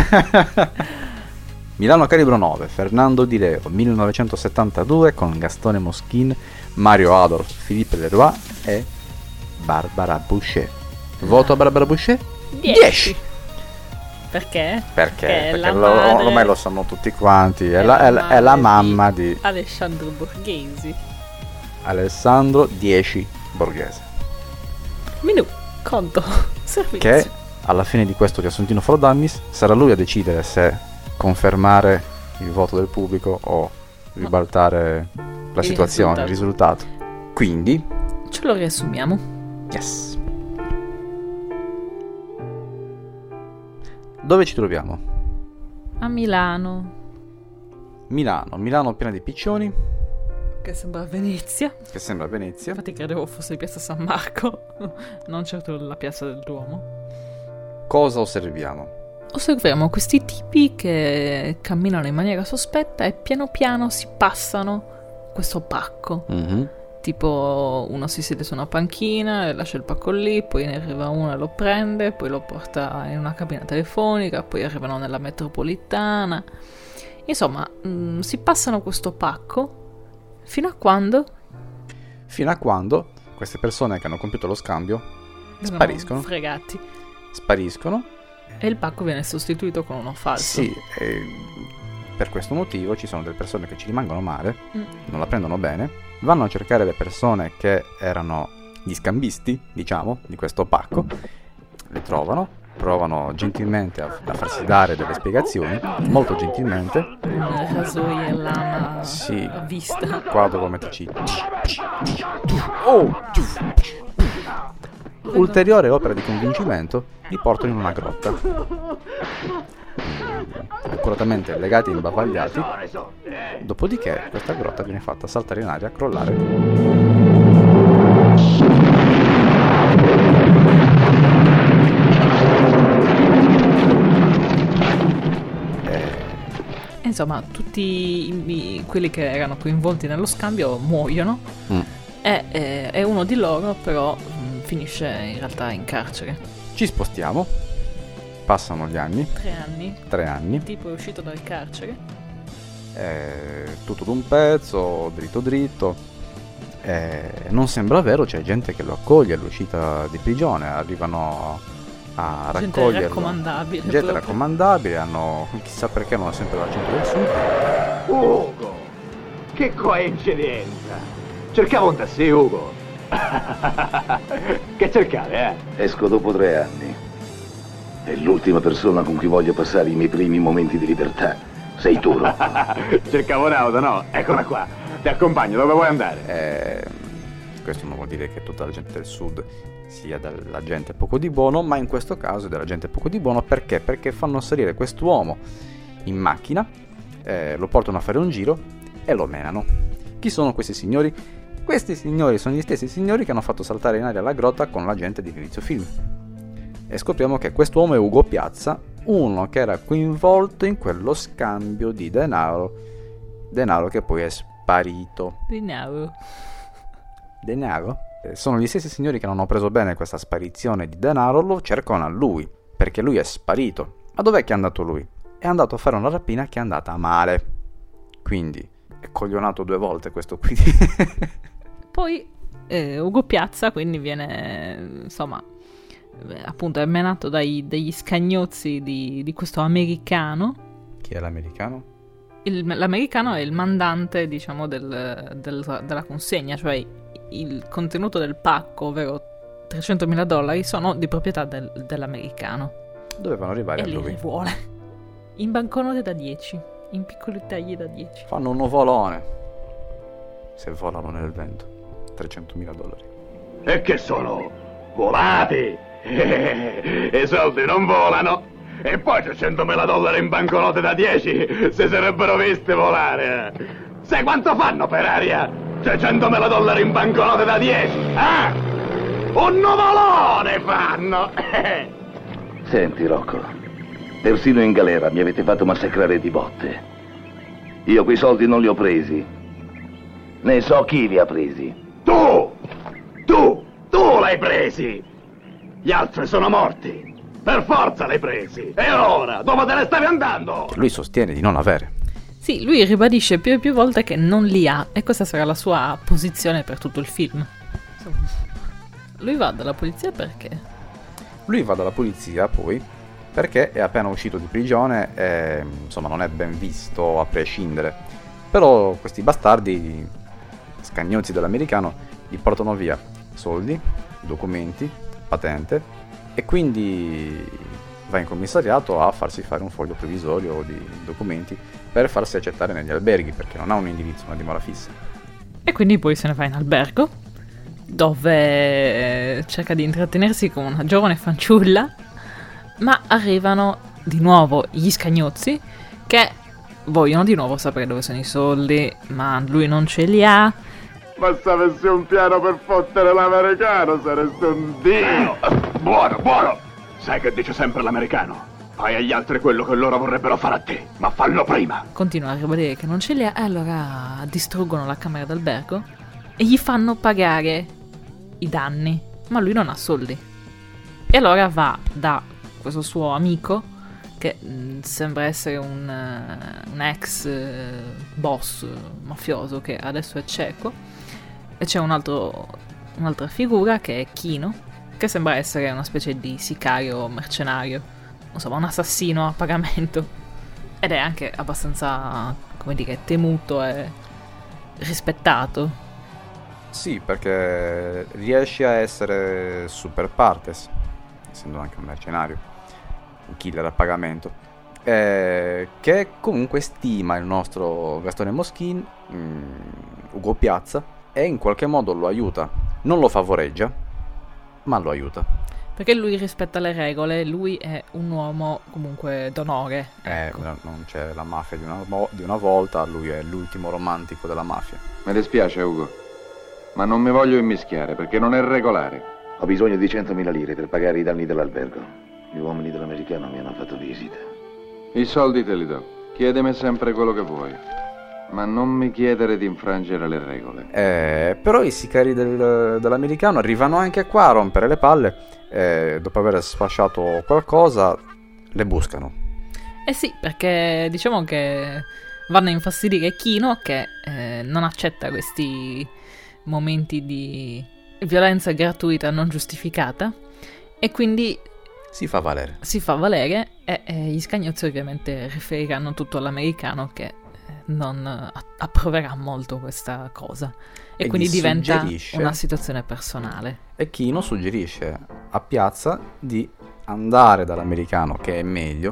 Milano Calibro 9, Fernando Di Leo, 1972, con Gastone Moschin, Mario Adolf, Philippe Leroy e Barbara Boucher. Voto a Barbara Boucher? 10. Perché? Perché madre... ormai lo sanno tutti quanti. È la mamma di Alessandro Borghesi. Alessandro 10 Borghese. Minù, conto, servizio. Che alla fine di questo riassuntino for Dummies sarà lui a decidere se confermare il voto del pubblico o ribaltare la situazione, il risultato. Quindi ce lo riassumiamo. Yes. Dove ci troviamo? A Milano piena di piccioni. Che sembra Venezia. Infatti credevo fosse piazza San Marco, non certo la piazza del Duomo. Cosa osserviamo? Osserviamo questi tipi che camminano in maniera sospetta e piano piano si passano questo pacco. Mm-hmm. Tipo uno si siede su una panchina e lascia il pacco lì, poi ne arriva uno e lo prende, poi lo porta in una cabina telefonica, poi arrivano nella metropolitana. Insomma, si passano questo pacco fino a quando? Fino a quando queste persone che hanno compiuto lo scambio spariscono. Fregati. Spariscono. E il pacco viene sostituito con uno falso. Sì, e per questo motivo ci sono delle persone che ci rimangono male, non la prendono bene, vanno a cercare le persone che erano gli scambisti, diciamo, di questo pacco, le trovano, provano gentilmente a farsi dare delle spiegazioni, molto gentilmente. Un rasoio e lama sì, a vista. Qua devo metterci. Ulteriore opera di convincimento, li portano in una grotta. Accuratamente legati e imbavagliati. Dopodiché questa grotta viene fatta saltare in aria, crollare. Insomma, tutti quelli che erano coinvolti nello scambio muoiono. E uno di loro però finisce in realtà in carcere. Ci spostiamo. Passano gli anni. 3 anni. Il tipo è uscito dal carcere. Tutto d'un pezzo, dritto. Non sembra vero, c'è gente che lo accoglie all'uscita di prigione. Arrivano a raccoglierlo. Gente raccomandabile. Hanno, chissà perché, non ha sempre l'accento del sud. Ugo! Che coincidenza! Cercavo un tassì, Ugo. Che cercavi, Esco dopo 3 anni. È l'ultima persona con cui voglio passare i miei primi momenti di libertà. Sei tu, no? Cercavo un'auto, no? Eccola qua. Ti accompagno, dove vuoi andare? Questo non vuol dire che tutta la gente del sud sia della gente poco di buono, ma in questo caso è della gente poco di buono perché? Perché fanno salire quest'uomo in macchina, lo portano a fare un giro e lo menano. Chi sono questi signori? Questi signori sono gli stessi signori che hanno fatto saltare in aria la grotta con la gente di inizio film. E scopriamo che quest'uomo è Ugo Piazza, uno che era coinvolto in quello scambio di denaro che poi è sparito. Denaro? Sono gli stessi signori che non hanno preso bene questa sparizione di denaro, lo cercano a lui, perché lui è sparito. Ma dov'è che è andato lui? È andato a fare una rapina che è andata male. Quindi è coglionato 2 volte questo qui. Poi Ugo Piazza quindi viene, insomma, appunto è menato degli scagnozzi di questo americano. Chi è l'americano? L'americano è il mandante, diciamo, della consegna, cioè il contenuto del pacco, ovvero $300.000, sono di proprietà dell'americano. Dovevano arrivare e a lui. E li vuole. In banconote da 10, in piccoli tagli da 10. Fanno un nuvolone. se volano nel vento. $300.000. E che sono? Volati! I soldi non volano! E poi $300.000 in banconote da 10 se sarebbero viste volare! Sai quanto fanno per aria? $300.000 in banconote da 10! Un nuvolone fanno! Senti, Rocco, persino in galera mi avete fatto massacrare di botte. Io quei soldi non li ho presi. Ne so chi li ha presi. Tu l'hai presi! Gli altri sono morti! Per forza l'hai presi! E ora? Dove te ne stavi andando? Lui sostiene di non avere. Sì, lui ribadisce più e più volte che non li ha, e questa sarà la sua posizione per tutto il film. Lui va dalla polizia perché? Lui va dalla polizia poi perché è appena uscito di prigione e insomma non è ben visto a prescindere. Però questi bastardi scagnozzi dell'americano gli portano via soldi, documenti, patente, e quindi va in commissariato a farsi fare un foglio provvisorio di documenti per farsi accettare negli alberghi, perché non ha un indirizzo, una dimora fissa. E quindi poi se ne va in albergo, dove cerca di intrattenersi con una giovane fanciulla, ma arrivano di nuovo gli scagnozzi che vogliono di nuovo sapere dove sono i soldi, ma lui non ce li ha. Ma se avessi un piano per fottere l'americano saresti un dio! Buono! Sai che dice sempre l'americano? Fai agli altri quello che loro vorrebbero fare a te, ma fallo prima! Continua a ribadire che non ce li ha, e allora distruggono la camera d'albergo e gli fanno pagare i danni, ma lui non ha soldi. E allora va da questo suo amico, che sembra essere un ex boss mafioso che adesso è cieco, e c'è un'altra figura che è Kino, che sembra essere una specie di sicario mercenario, insomma un assassino a pagamento, ed è anche abbastanza, come dire, temuto e rispettato. Sì, perché riesce a essere super partes, essendo anche un mercenario, un killer a pagamento, che comunque stima il nostro Gastone Moschin, Ugo Piazza, e in qualche modo lo aiuta. Non lo favoreggia, ma lo aiuta. Perché lui rispetta le regole, lui è un uomo comunque d'onore. Ecco. Non c'è la mafia di una volta, lui è l'ultimo romantico della mafia. Mi dispiace, Ugo, ma non mi voglio immischiare perché non è regolare. Ho bisogno di 100.000 lire per pagare i danni dell'albergo. Gli uomini dell'americano mi hanno fatto visita. I soldi te li do. Chiedimi sempre quello che vuoi, ma non mi chiedere di infrangere le regole. Però i sicari dell'americano arrivano anche qua a rompere le palle. Dopo aver sfasciato qualcosa, le buscano. Sì, perché diciamo che vanno a infastidire Kino, che non accetta questi momenti di violenza gratuita non giustificata, e quindi si fa valere, e gli scagnozzi ovviamente riferiranno tutto all'americano, che non approverà molto questa cosa, e quindi diventa una situazione personale. E Kino suggerisce a Piazza di andare dall'americano, che è meglio,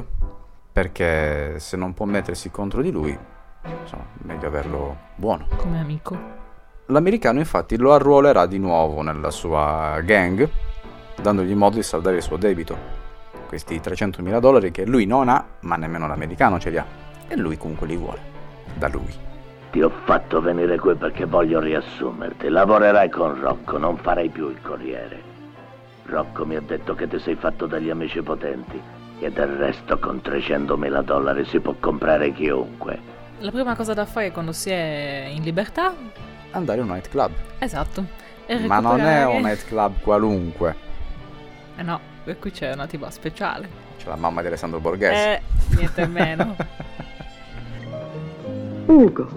perché se non può mettersi contro di lui, insomma, meglio averlo buono come amico. L'americano infatti lo arruolerà di nuovo nella sua gang, dandogli modo di saldare il suo debito, questi $300.000 che lui non ha, ma nemmeno l'americano ce li ha, e lui comunque li vuole da lui. Ti ho fatto venire qui perché voglio riassumerti. Lavorerai con Rocco, non farai più il corriere. Rocco mi ha detto che ti sei fatto degli amici potenti e del resto con $300.000 si può comprare chiunque. La prima cosa da fare quando si è in libertà? Andare a un nightclub. Esatto. Ma non è un nightclub qualunque. No, per cui c'è una tipa speciale. C'è la mamma di Alessandro Borghese. Niente meno. Ugo.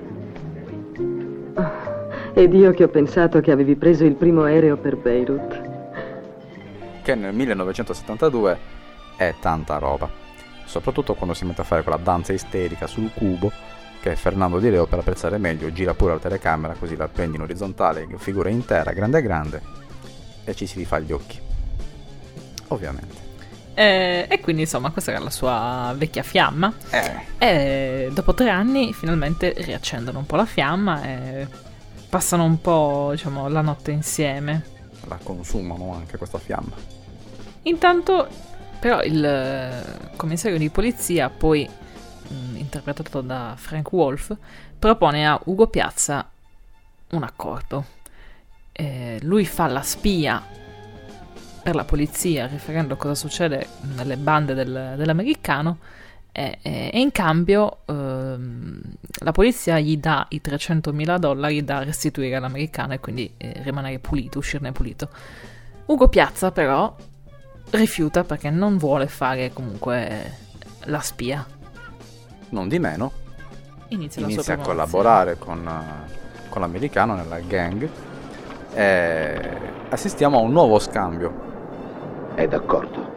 Ed io che ho pensato che avevi preso il primo aereo per Beirut. Che nel 1972 è tanta roba. Soprattutto quando si mette a fare quella danza isterica sul cubo, che Fernando Di Leo, per apprezzare meglio, gira pure la telecamera, così la prendi in orizzontale, figura intera, grande, e ci si rifà gli occhi. Ovviamente. E quindi insomma questa era la sua vecchia fiamma. E dopo 3 anni finalmente riaccendono un po' la fiamma e passano un po', diciamo, la notte insieme. La consumano anche questa fiamma. Intanto, però, il commissario di polizia, poi interpretato da Frank Wolf, propone a Ugo Piazza un accordo. Lui fa la spia per la polizia, riferendo cosa succede nelle bande dell'americano, e in cambio la polizia gli dà i $300.000 da restituire all'americano e quindi rimanere pulito, uscirne pulito. Ugo Piazza però rifiuta perché non vuole fare comunque la spia. Non di meno inizia a collaborare con l'americano nella gang e assistiamo a un nuovo scambio. È d'accordo.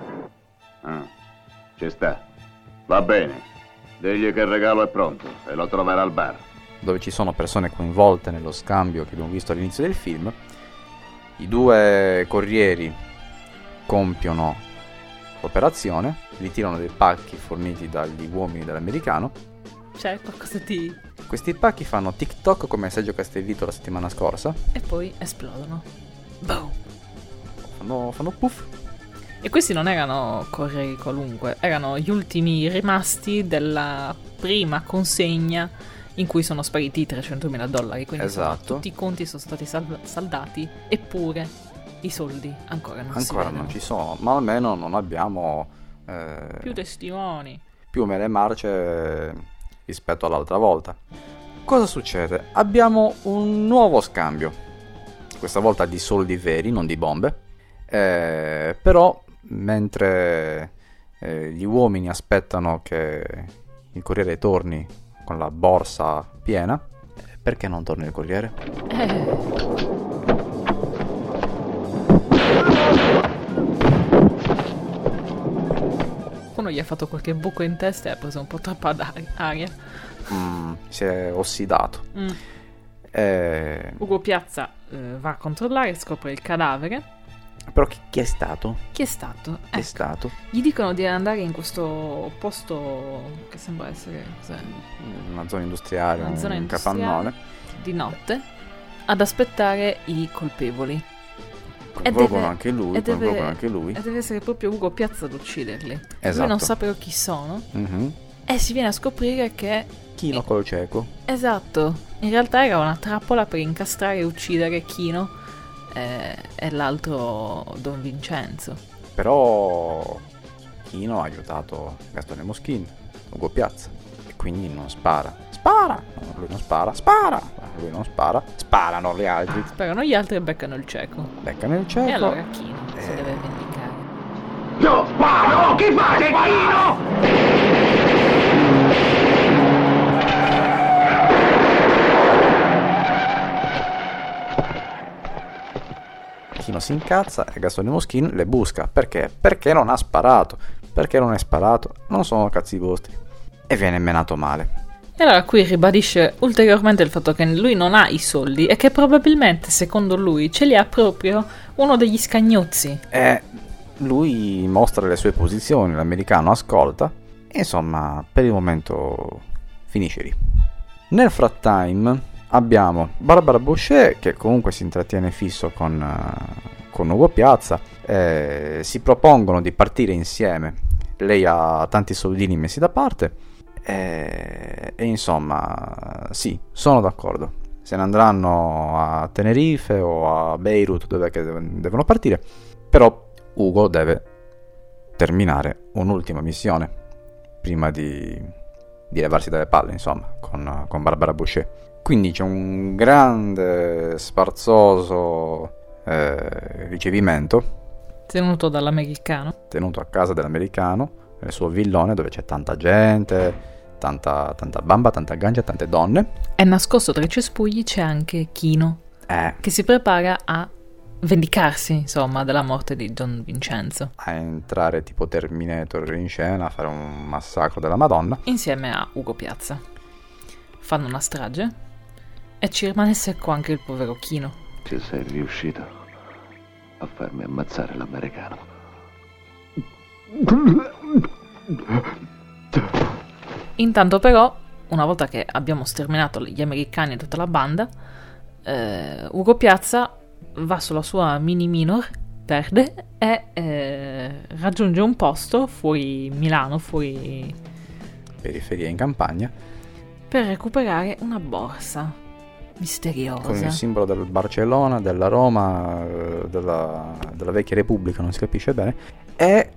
Ci sta. Va bene. Digli che il regalo è pronto e lo troverà al bar. Dove ci sono persone coinvolte nello scambio che abbiamo visto all'inizio del film. I due corrieri compiono l'operazione, ritirano dei pacchi forniti dagli uomini dell'americano. C'è qualcosa di... Questi pacchi fanno TikTok come Sergio Castellitto la settimana scorsa. E poi esplodono. Boom. Fanno puff. E questi non erano corrieri qualunque, erano gli ultimi rimasti della prima consegna in cui sono spariti i $300.000. Quindi esatto. Tutti i conti sono stati saldati, eppure i soldi ancora non ci sono, ma almeno non abbiamo più testimoni, più mele marce rispetto all'altra volta. Cosa succede? Abbiamo un nuovo scambio, questa volta di soldi veri, non di bombe, però mentre gli uomini aspettano che il corriere torni con la borsa piena, perché non torna il corriere? Uno gli ha fatto qualche buco in testa e ha preso un po' troppa aria. Si è ossidato. Ugo Piazza va a controllare, scopre il cadavere. Però chi è stato? Chi è stato? Chi è stato? Gli dicono di andare in questo posto che sembra essere una zona industriale, un capannone di notte, ad aspettare i colpevoli. Coinvolgono anche lui. E deve essere proprio Ugo Piazza ad ucciderli. Esatto. Lui non sa però chi sono. E si viene a scoprire che Chino quello cieco. Esatto. In realtà era una trappola per incastrare e uccidere Chino e l'altro Don Vincenzo. Però Chino ha aiutato Gastone Moschin, Ugo Piazza, e quindi non spara. Spara! No, lui non spara. Spara! Lui non spara. Sparano gli altri. Sparano gli altri e beccano il cieco. E allora Chino si deve vendicare. Io sparo! Chi fate, Chino? Chino si incazza e Gastone Moschin le busca. Perché? Perché non ha sparato. Perché non hai sparato? Non sono cazzi vostri. E viene menato male. E allora qui ribadisce ulteriormente il fatto che lui non ha i soldi e che probabilmente, secondo lui, ce li ha proprio uno degli scagnozzi. Lui mostra le sue posizioni, l'americano ascolta e insomma per il momento finisce lì. Nel frattempo abbiamo Barbara Boucher che comunque si intrattiene fisso con Ugo Piazza, si propongono di partire insieme. Lei ha tanti soldini messi da parte e insomma sì, sono d'accordo. Se ne andranno a Tenerife o a Beirut, dove devono partire, però Ugo deve terminare un'ultima missione prima di levarsi dalle palle, insomma, con Barbara Boucher. Quindi c'è un grande sfarzoso ricevimento tenuto dall'americano, tenuto a casa dell'americano nel suo villone dove c'è tanta gente, tanta bamba, tanta ganja, tante donne, e nascosto tra i cespugli c'è anche Chino che si prepara a vendicarsi, insomma, della morte di Don Vincenzo, a entrare tipo Terminator in scena, a fare un massacro della Madonna insieme a Ugo Piazza. Fanno una strage e ci rimane secco anche il povero Chino. Ci sei riuscito a farmi ammazzare l'americano. Intanto però, una volta che abbiamo sterminato gli americani e tutta la banda, Ugo Piazza va sulla sua Mini Minor verde e raggiunge un posto fuori Milano, fuori periferia in campagna, per recuperare una borsa misteriosa con il simbolo del Barcellona, della Roma, della vecchia Repubblica, non si capisce bene, e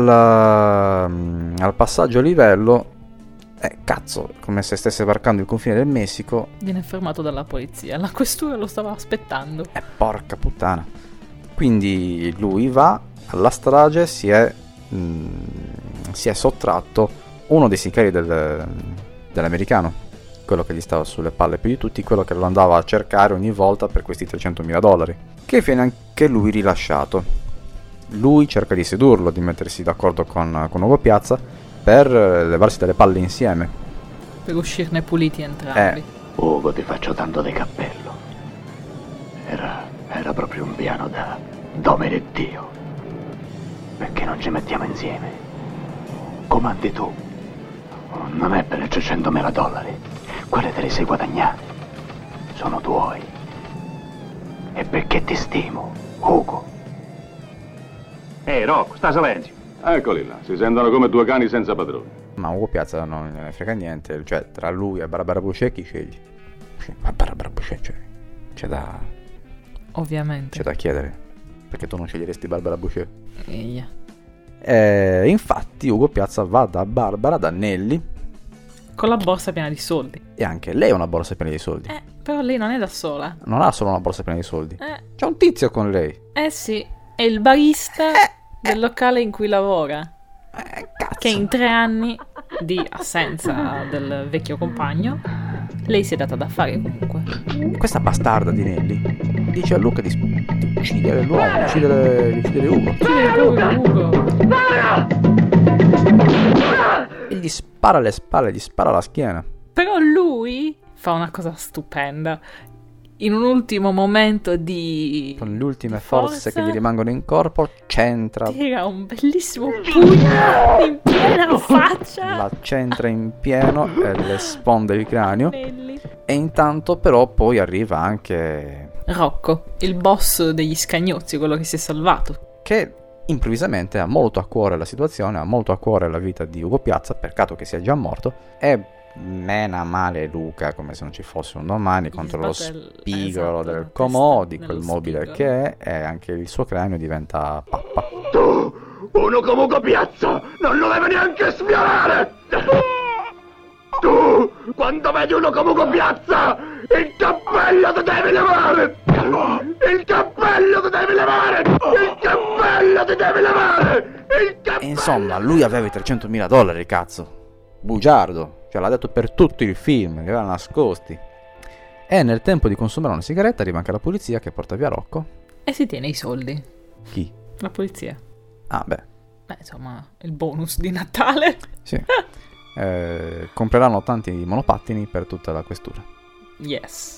al passaggio a livello, come se stesse varcando il confine del Messico, viene fermato dalla polizia. La questura lo stava aspettando. Porca puttana. Quindi lui va alla strage, si è sottratto uno dei sicari dell'americano, quello che gli stava sulle palle più di tutti, quello che lo andava a cercare ogni volta per questi $300.000, che viene anche lui rilasciato. Lui cerca di sedurlo, di mettersi d'accordo con Ugo Piazza per levarsi dalle palle insieme, per uscirne puliti entrambi. Ugo, ti faccio tanto di cappello. Era proprio un piano da domenettio. Perché non ci mettiamo insieme? Comandi tu. Non è per i $300.000. Quelli te li sei guadagnati. Sono tuoi. E perché ti stimo, Ugo? Ehi, Rocco, sta silenzio. Eccoli là, si sentono come due cani senza padrone. Ma Ugo Piazza non ne frega niente, cioè tra lui e Barbara Boucher chi scegli? Barbara Boucher, c'è da... Ovviamente. C'è da chiedere, perché tu non sceglieresti Barbara Boucher? Yeah. Infatti Ugo Piazza va da Barbara, da Nelly, con la borsa piena di soldi. E anche lei ha una borsa piena di soldi. Però lei non è da sola. Non ha solo una borsa piena di soldi. C'è un tizio con lei. Sì, è il barista del locale in cui lavora. Che in 3 anni di assenza del vecchio compagno, lei si è data da fare comunque. Questa bastarda di Nelly dice a Luca di uccidere l'uomo, di uccidere Ugo. E gli spara alle spalle, gli spara alla schiena. Però lui fa una cosa stupenda. In un ultimo momento con le ultime forze che gli rimangono in corpo, centra, tira un bellissimo pugno in piena faccia, la centra in pieno e le sponda il cranio. E intanto però poi arriva anche Rocco, il boss degli scagnozzi, quello che si è salvato, che improvvisamente ha molto a cuore la situazione, ha molto a cuore la vita di Ugo Piazza, peccato che sia già morto, e mena male Luca come se non ci fosse un domani contro lo spigolo del Comodi, quel mobile che è, e anche il suo cranio diventa pappa. Tu, uno come Ugo Piazza, non lo devi neanche sfiorare! Tu, quando vedi uno come Ugo Piazza, il cappello ti devi levare! Il cappello ti devi levare! Il cappello ti devi levare! E insomma, lui aveva i $300.000, cazzo. Bugiardo. Cioè l'ha detto per tutto il film, li aveva nascosti. E nel tempo di consumare una sigaretta arriva anche la polizia che porta via Rocco. E si tiene i soldi. Chi? La polizia. Ah, beh. Insomma, il bonus di Natale. Sì. Compreranno tanti monopattini per tutta la questura. Yes.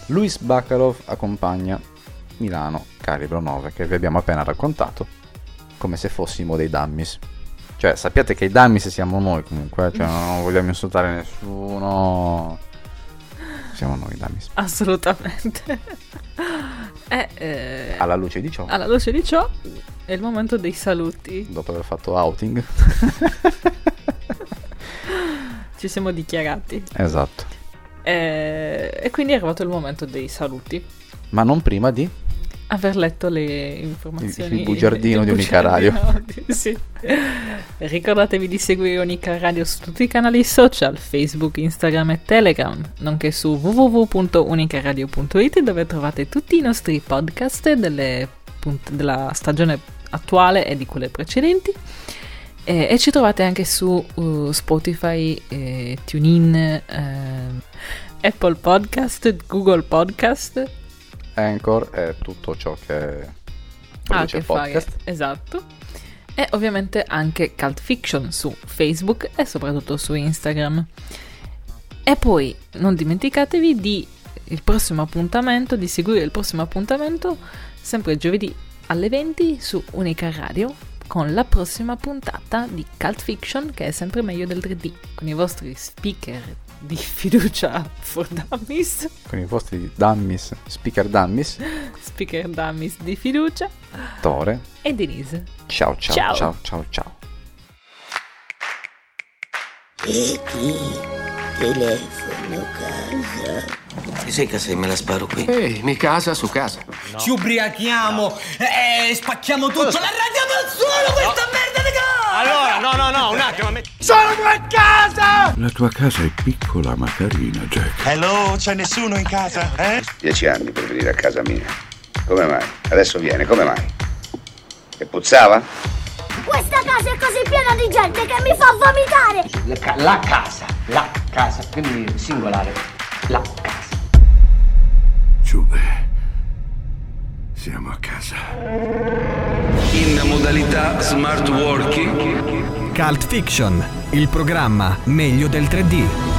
Luis Bacalov accompagna Milano Calibro 9, che vi abbiamo appena raccontato, come se fossimo dei dummies. Cioè, sappiate che i dummies siamo noi comunque, cioè non vogliamo insultare nessuno. Siamo noi dummies. Assolutamente. Alla luce di ciò. Alla luce di ciò è il momento dei saluti. Dopo aver fatto outing. Ci siamo dichiarati. Esatto. E quindi è arrivato il momento dei saluti. Ma non prima di aver letto le informazioni. Il bugiardino di Unica Radio. Sì. Ricordatevi di seguire Unica Radio su tutti i canali social, Facebook, Instagram e Telegram, nonché su www.unicaradio.it, dove trovate tutti i nostri podcast della stagione attuale e di quelle precedenti. E ci trovate anche su Spotify, TuneIn, Apple Podcast, Google Podcast, Anchor e tutto ciò che produce podcast. Esatto. E ovviamente anche Cult Fiction su Facebook e soprattutto su Instagram. E poi non dimenticatevi di seguire il prossimo appuntamento sempre giovedì alle 20 su Unica Radio, con la prossima puntata di Cult Fiction, che è sempre meglio del 3D, con i vostri speaker di fiducia for dummies, con i vostri dummies, speaker dummies di fiducia, Tore e Denise. Ciao. E chi? Telefono casa. Ti secca se me la sparo qui? Ehi, mi casa su casa. No. Ci ubriachiamo e spacchiamo tutto. La radiamo al suolo questa merda di casa! Allora, no, un attimo. Sono a casa! La tua casa è piccola ma carina, Jack. Hello, c'è nessuno in casa, eh? 10 anni per venire a casa mia. Come mai? Adesso viene, come mai? Che puzzava? Questa casa è così piena di gente che mi fa vomitare! La casa, quindi singolare. La casa. Giube, siamo a casa. In modalità smart working. Cult Fiction, il programma meglio del 3D.